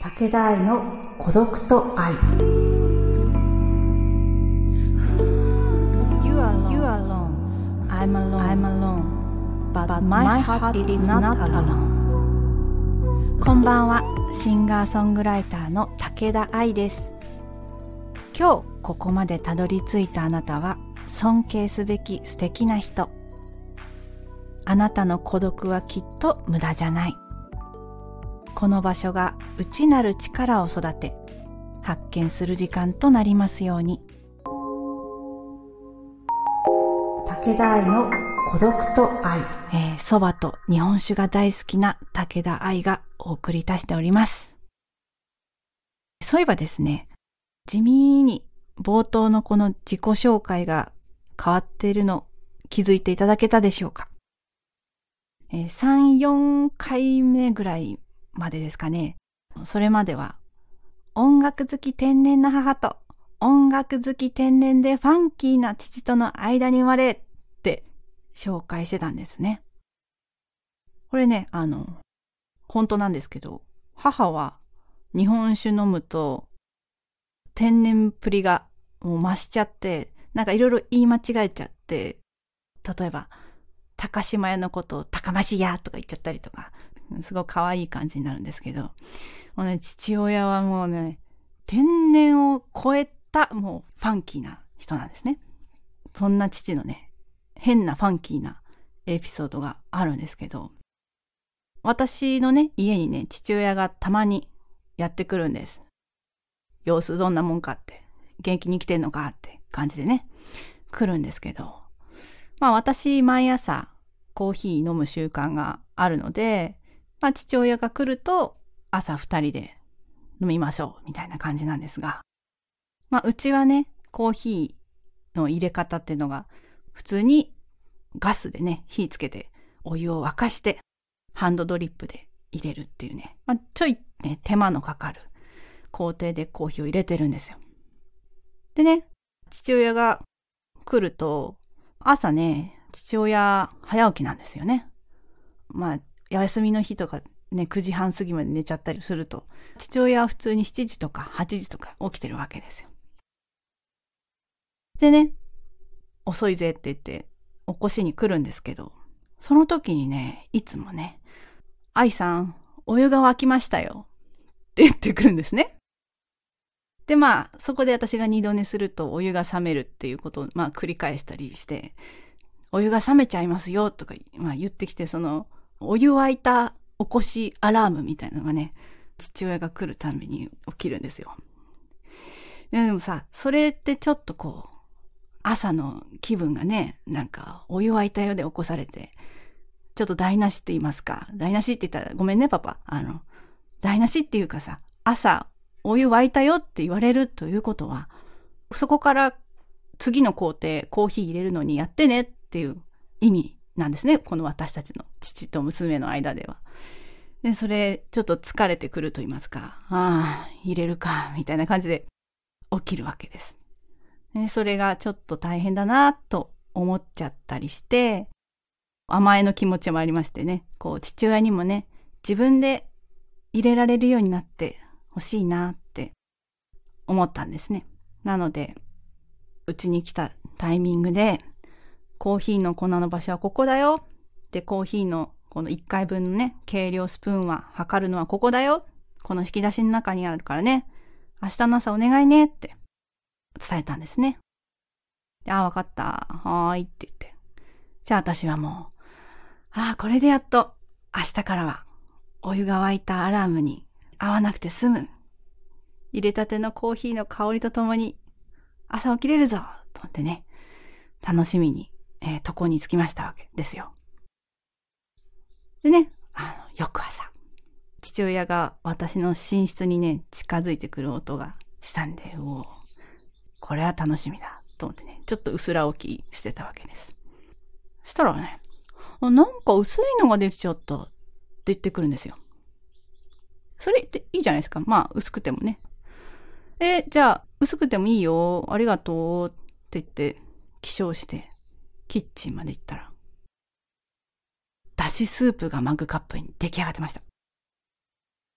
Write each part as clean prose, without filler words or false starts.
武田愛の孤独と愛。 You are alone. I'm alone. But my heart is not alone. こんばんは、シンガーソングライターの武田愛です。今日ここまでたどり着いたあなたは尊敬すべき素敵な人。あなたの孤独はきっと無駄じゃない。この場所が内なる力を育て、発見する時間となりますように。 武田愛の孤独と愛。 蕎麦と日本酒が大好きな武田愛がお送りいたしております。そういえばですね、地味に冒頭のこの自己紹介が変わっているの気づいていただけたでしょうか。3、4回目ぐらいまでですかね。それまでは音楽好き天然な母と音楽好き天然でファンキーな父との間に生まれって紹介してたんですね。これね、本当なんですけど、母は日本酒飲むと天然っぷりがもう増しちゃって、なんかいろいろ言い間違えちゃって、例えば高島屋のことを高増屋とか言っちゃったりとか、すごい可愛い感じになるんですけど、もうね、父親はもうね、天然を超えたもうファンキーな人なんですね。そんな父のね、変なファンキーなエピソードがあるんですけど、私のね、家にね、父親がたまにやってくるんです。様子どんなもんかって、元気に来てんのかって感じでね、来るんですけど、まあ私毎朝コーヒー飲む習慣があるので、まあ父親が来ると朝2人で飲みましょうみたいな感じなんですが、まあうちはね、コーヒーの入れ方っていうのが普通にガスでね、火つけてお湯を沸かしてハンドドリップで入れるっていうね、まあちょいね、手間のかかる工程でコーヒーを入れてるんですよ。でね、父親が来ると朝ね、父親早起きなんですよね。まあ休みの日とかね、9時半過ぎまで寝ちゃったりすると、父親は普通に7時とか8時とか起きてるわけですよ。でね、遅いぜって言って起こしに来るんですけど、その時にね、いつもね、愛さん、お湯が沸きましたよって言ってくるんですね。で、まあ、そこで私が二度寝するとお湯が冷めるっていうことを、まあ、繰り返したりして、お湯が冷めちゃいますよとか、まあ、言ってきて、その、お湯沸いた起こしアラームみたいなのがね、父親が来るたんびに起きるんですよ。でもさ、それってちょっとこう、朝の気分がね、なんか、お湯沸いたよで起こされて、ちょっと台無しって言いますか。台無しって言ったら、ごめんね、パパ。台無しっていうかさ、朝、お湯沸いたよって言われるということは、そこから次の工程、コーヒー入れるのにやってねっていう意味なんですね。この私たちの父と娘の間では。で、それ、ちょっと疲れてくると言いますか。ああ、入れるか、みたいな感じで起きるわけです。で、それがちょっと大変だなと思っちゃったりして、甘えの気持ちもありましてね、こう、父親にもね、自分で入れられるようになって欲しいなって思ったんですね。なので、うちに来たタイミングで、コーヒーの粉の場所はここだよ。で、コーヒーのこの1回分のね、計量スプーンは測るのはここだよ。この引き出しの中にあるからね。明日の朝お願いねって伝えたんですね。で、わかった。はーいって言って。じゃあ私はもう、これでやっと明日からはお湯が沸いたアラームに合わなくて済む。入れたてのコーヒーの香りとともに朝起きれるぞと思ってね、楽しみに、床に着きましたわけですよ。でね、翌朝、父親が私の寝室にね、近づいてくる音がしたんで、これは楽しみだと思ってね、ちょっと薄ら起きしてたわけです。そしたらね、なんか薄いのができちゃったって言ってくるんですよ。それっていいじゃないですか。まあ、薄くてもね。じゃあ、薄くてもいいよ。ありがとう。って言って、起床して、キッチンまで行ったら、だしスープがマグカップに出来上がってました。だ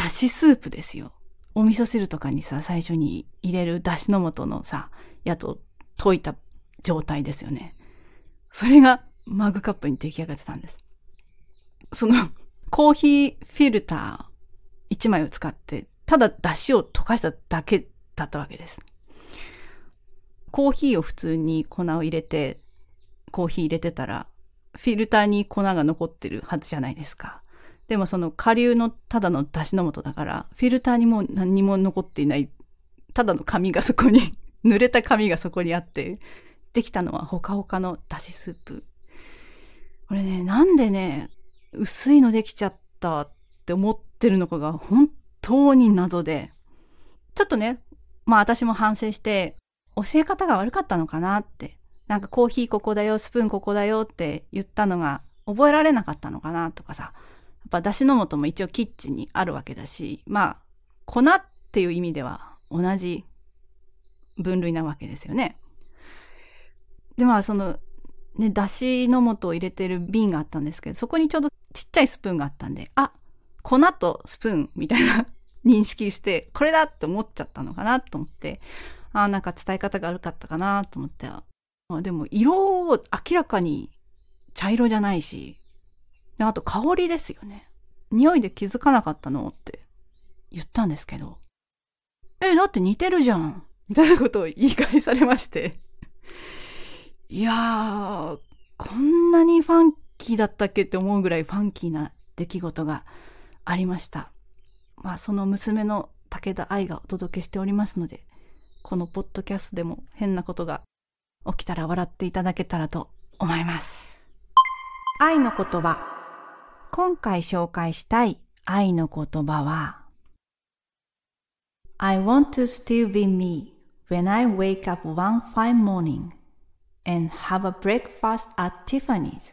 だしスープですよ。お味噌汁とかにさ、最初に入れるだしの素のさ、やつを溶いた状態ですよね。それがマグカップに出来上がってたんです。そのコーヒーフィルター1枚を使って、ただだしを溶かしただけだったわけです。コーヒーを普通に粉を入れて、コーヒー入れてたら、フィルターに粉が残ってるはずじゃないですか。でもその顆粒のただのだしの素だから、フィルターにも何にも残っていない、ただの紙がそこに、濡れた紙がそこにあって、できたのはほかほかのだしスープ。これね、なんでね、薄いのできちゃったって思ってるのかが本当に謎で、ちょっとね、まあ私も反省して、教え方が悪かったのかなって、なんかコーヒーここだよ、スプーンここだよって言ったのが覚えられなかったのかなとかさ、やっぱだしの素も一応キッチンにあるわけだし、まあ粉っていう意味では同じ分類なわけですよね。でまあそのね、だしの素を入れてる瓶があったんですけど、そこにちょうどちっちゃいスプーンがあったんで、あ、粉とスプーンみたいな認識して、これだって思っちゃったのかなと思って、なんか伝え方が悪かったかなと思って、でも色を明らかに茶色じゃないし、あと香りですよね。匂いで気づかなかったのって言ったんですけど、だって似てるじゃんみたいなことを言い返されまして、いやー、こんなにファンキーだったっけって思うぐらいファンキーな出来事がありました。まあその娘の武田愛がお届けしておりますので、このポッドキャストでも変なことが起きたら笑っていただけたらと思います。愛の言葉。今回紹介したい愛の言葉は、I want to still be me when I wake up one fine morning and have a breakfast at Tiffany's。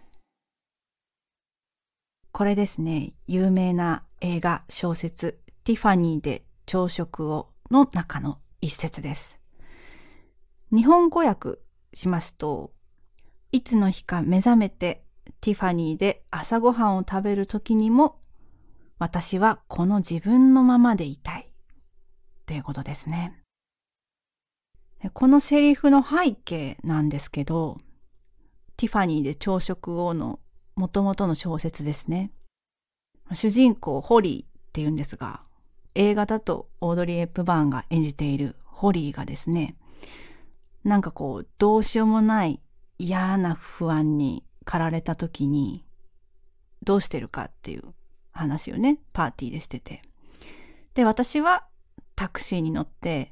これですね、有名な映画小説ティファニーで朝食をの中の一節です。日本語訳しますと、いつの日か目覚めてティファニーで朝ごはんを食べるときにも、私はこの自分のままでいたいっていうことですね。このセリフの背景なんですけど、ティファニーで朝食をの元々の小説ですね。主人公ホリーっていうんですが、映画だとオードリー・ヘップバーンが演じているホリーがですね、なんかこうどうしようもない嫌な不安に駆られた時にどうしてるかっていう話をね、パーティーでしてて、で私はタクシーに乗って、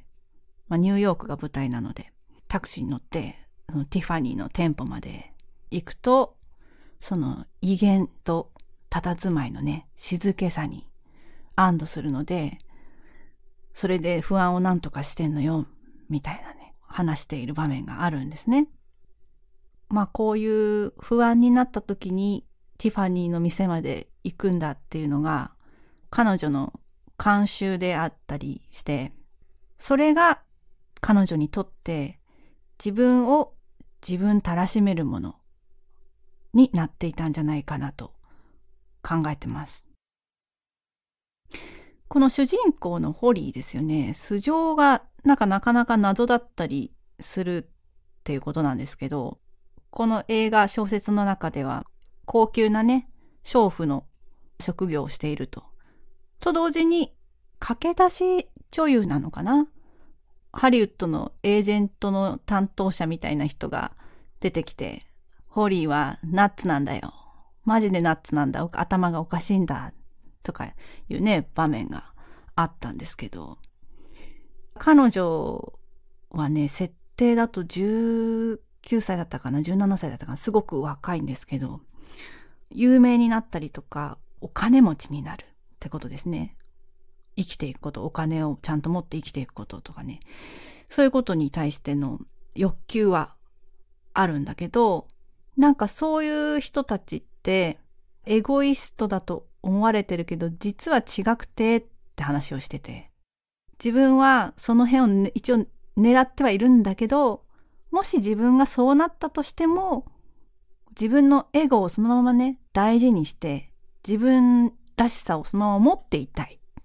ニューヨークが舞台なのでタクシーに乗ってそのティファニーの店舗まで行くと、その威厳と佇まいのね、静けさに安堵するので、それで不安をなんとかしてんのよみたいなね、話している場面があるんですね。まあこういう不安になった時にティファニーの店まで行くんだっていうのが彼女の慣習であったりして、それが彼女にとって自分を自分たらしめるものになっていたんじゃないかなと考えてます。この主人公のホリーですよね、素性がなかなか謎だったりするっていうことなんですけど、この映画小説の中では高級なね、娼婦の職業をしていると同時に駆け出し女優なのかな、ハリウッドのエージェントの担当者みたいな人が出てきて、ホリーはナッツなんだよ、マジでナッツなんだ、頭がおかしいんだとかいうね、場面があったんですけど、彼女はね、設定だと19歳だったかな、17歳だったかな、すごく若いんですけど、有名になったりとかお金持ちになるってことですね。生きていくこと、お金をちゃんと持って生きていくこととかね、そういうことに対しての欲求はあるんだけど、なんかそういう人たちってエゴイストだと思われてるけど、実は違くてって話をしてて、自分はその辺を、一応狙ってはいるんだけど、もし自分がそうなったとしても、自分のエゴをそのままね、大事にして、自分らしさをそのまま持っていたいっ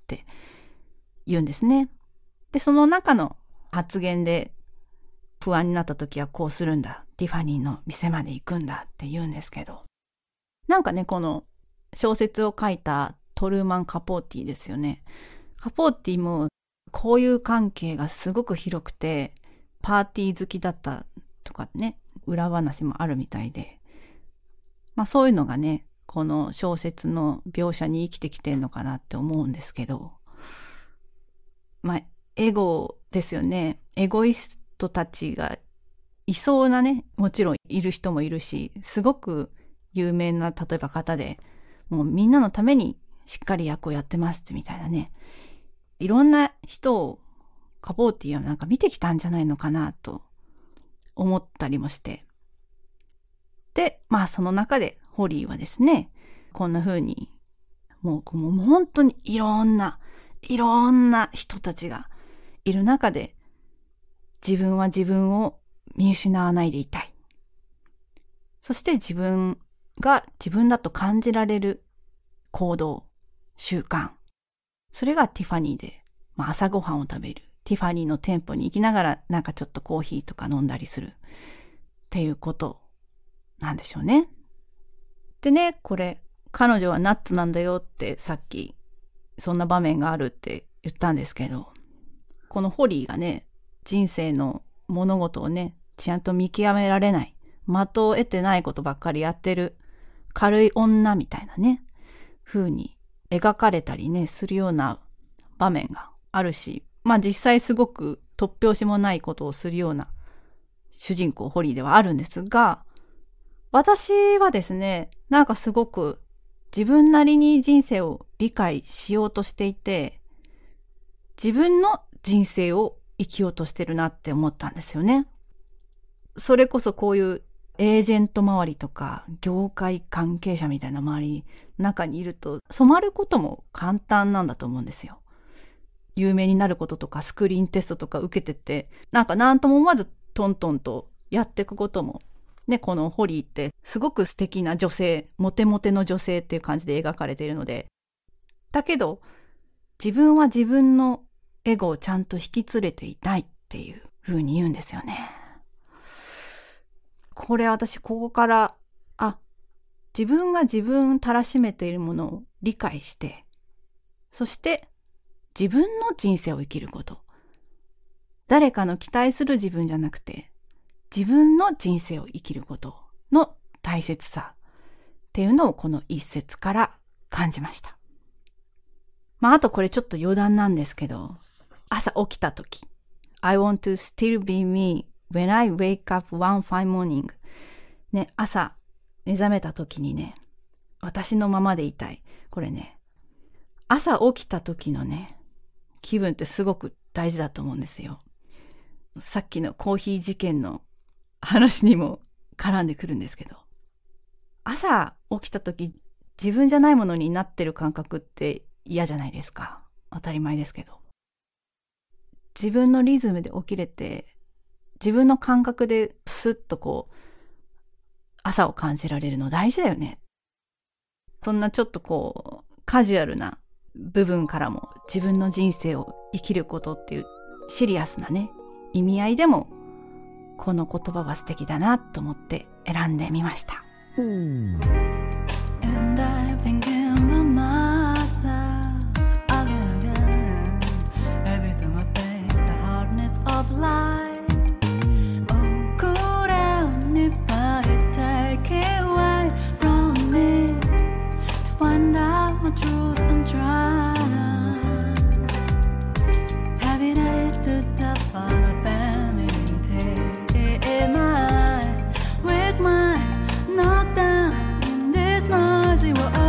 って言うんですね。で、その中の発言で不安になった時はこうするんだ。ティファニーの店まで行くんだって言うんですけど。なんかね、この小説を書いたトルーマン・カポーティですよね。カポーティも交友関係がすごく広くて、パーティー好きだったとかね、裏話もあるみたいで。まあそういうのがね、この小説の描写に生きてきてんのかなって思うんですけど。まあ、エゴですよね。エゴイストたちがいそうなね、もちろんいる人もいるし、すごく有名な、例えば方で、もうみんなのためにしっかり役をやってますみたいなね。いろんな人をカポーティはなんか見てきたんじゃないのかなと思ったりもして。で、まあその中でホリーはですね、こんな風に、もう本当にいろんな人たちがいる中で、自分は自分を見失わないでいたい。そして自分が自分だと感じられる行動、習慣。それがティファニーで、まあ、朝ごはんを食べる。ティファニーの店舗に行きながらなんかちょっとコーヒーとか飲んだりする。っていうことなんでしょうね。でね、これ、彼女はナッツなんだよってさっきそんな場面があるって言ったんですけど、このホリーがね、人生の物事をね、ちゃんと見極められない、的を得てないことばっかりやってる軽い女みたいなね、風に描かれたりね、するような場面があるし、まあ実際すごく突拍子もないことをするような主人公ホリーではあるんですが、私はですね、なんかすごく自分なりに人生を理解しようとしていて、自分の人生を生きようとしてるなって思ったんですよね。それこそこういうエージェント周りとか業界関係者みたいな周りの中にいると染まることも簡単なんだと思うんですよ。有名になることとかスクリーンテストとか受けてて、なんか何とも思わずトントンとやっていくこともね、このホリーってすごく素敵な女性、モテモテの女性っていう感じで描かれているので、だけど自分は自分のエゴをちゃんと引き連れていたいっていう風に言うんですよね。これ私ここから、自分が自分たらしめているものを理解して、そして自分の人生を生きること。誰かの期待する自分じゃなくて、自分の人生を生きることの大切さっていうのをこの一節から感じました。まああとこれちょっと余談なんですけど、朝起きたとき、I want to still be me when I wake up one fine morning。ね、朝目覚めたときにね、私のままでいたい。これね、朝起きたときのね、気分ってすごく大事だと思うんですよ。さっきのコーヒー事件の話にも絡んでくるんですけど、朝起きたとき自分じゃないものになってる感覚って嫌じゃないですか。当たり前ですけど。自分のリズムで起きれて、自分の感覚でスッとこう、朝を感じられるの大事だよね。そんなちょっとこう、カジュアルな部分からも自分の人生を生きることっていうシリアスなね、意味合いでも、この言葉は素敵だなと思って選んでみました。And I think in myself again, every time I face the hardness of life. Oh, could anybody take it away from me to find out my truth and try? Having a little tough on my family, take mine with mine, not down in this noisy world.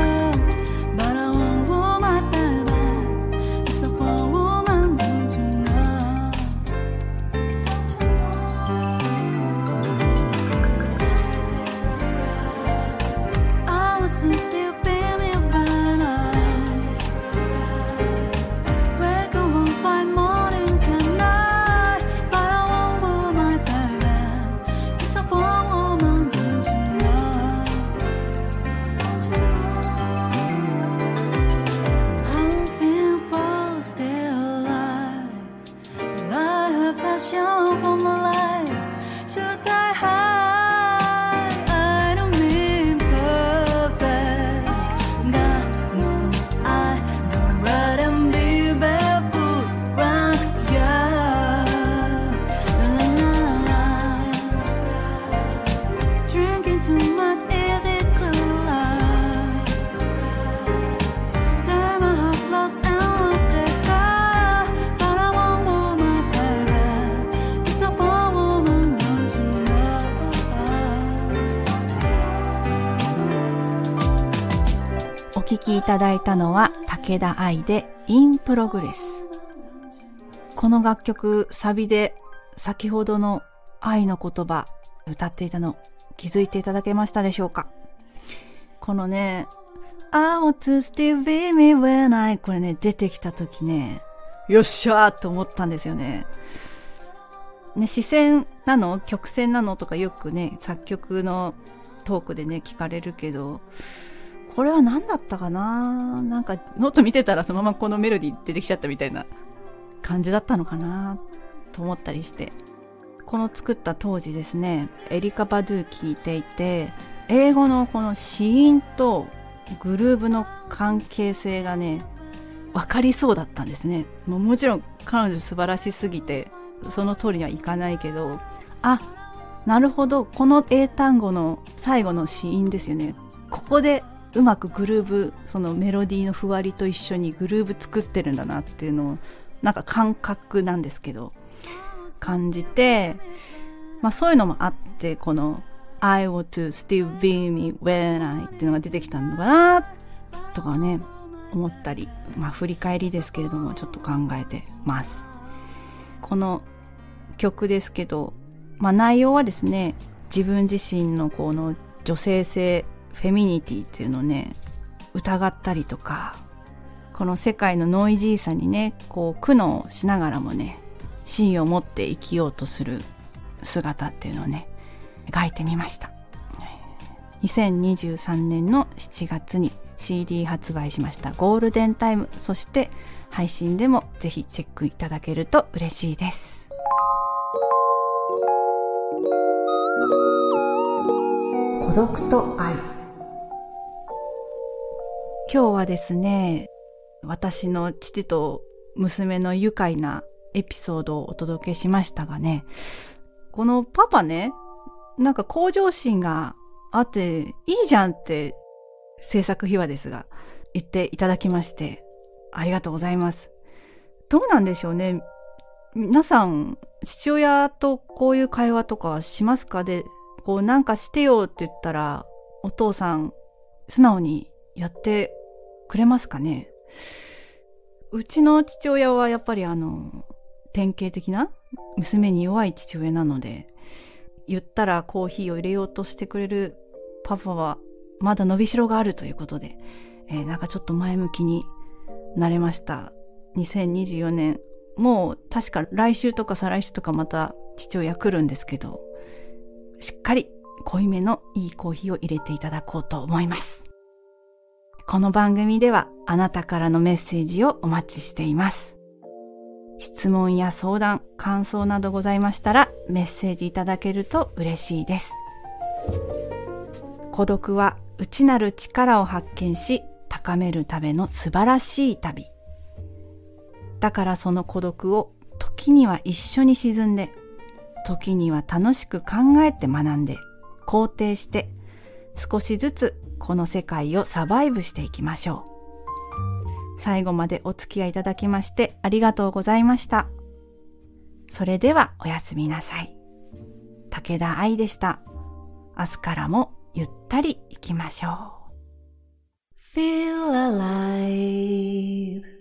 ただいたのは武田愛で In Progress。この楽曲、サビで先ほどの愛の言葉歌っていたの気づいていただけましたでしょうか？このね、I want to still be me when I これね、出てきた時ね、よっしゃーと思ったんですよね。ね、詞線なの曲線なのとかよくね、作曲のトークでね、聞かれるけど、これは何だったかな？なんかノート見てたらそのままこのメロディー出てきちゃったみたいな感じだったのかなと思ったりして。この作った当時ですね、エリカ・バドゥ聴いていて、英語のこの子音とグルーヴの関係性がね、分かりそうだったんですね。もちろん彼女素晴らしすぎてその通りにはいかないけど、あ、なるほど、この英単語の最後の子音ですよね。ここでうまくグルーヴ、そのメロディーのふわりと一緒にグルーヴ作ってるんだなっていうのを、なんか感覚なんですけど感じて、まあそういうのもあって、この I want to still be me when I っていうのが出てきたのかなとかね思ったり、まあ振り返りですけれどもちょっと考えてます。この曲ですけど、まあ内容はですね、自分自身のこの女性性、フェミニティっていうのをね疑ったりとか、この世界のノイジーさにねこう苦悩しながらもね芯を持って生きようとする姿っていうのをね描いてみました。2023年の7月に CD 発売しましたゴールデンタイム、そして配信でもぜひチェックいただけると嬉しいです。 孤独と愛。 今日はですね、私の父と娘の愉快なエピソードをお届けしましたがね、このパパね、なんか向上心があっていいじゃんって制作秘話ですが言っていただきまして、ありがとうございます。どうなんでしょうね、皆さん父親とこういう会話とかしますか？で、こうなんかしてよって言ったらお父さん素直にやってくれますかね？うちの父親はやっぱり典型的な娘に弱い父親なので、言ったらコーヒーを入れようとしてくれるパパはまだ伸びしろがあるということで、なんかちょっと前向きになれました。2024年、もう確か来週とか再来週とかまた父親来るんですけど、しっかり濃いめのいいコーヒーを入れていただこうと思います。この番組ではあなたからのメッセージをお待ちしています。質問や相談、感想などございましたらメッセージいただけると嬉しいです。孤独は内なる力を発見し高めるための素晴らしい旅。だからその孤独を時には一緒に沈んで、時には楽しく考えて学んで、肯定して少しずつこの世界をサバイブしていきましょう。最後までお付き合いいただきましてありがとうございました。それではおやすみなさい。武田愛でした。明日からもゆったり行きましょう。 Feel alive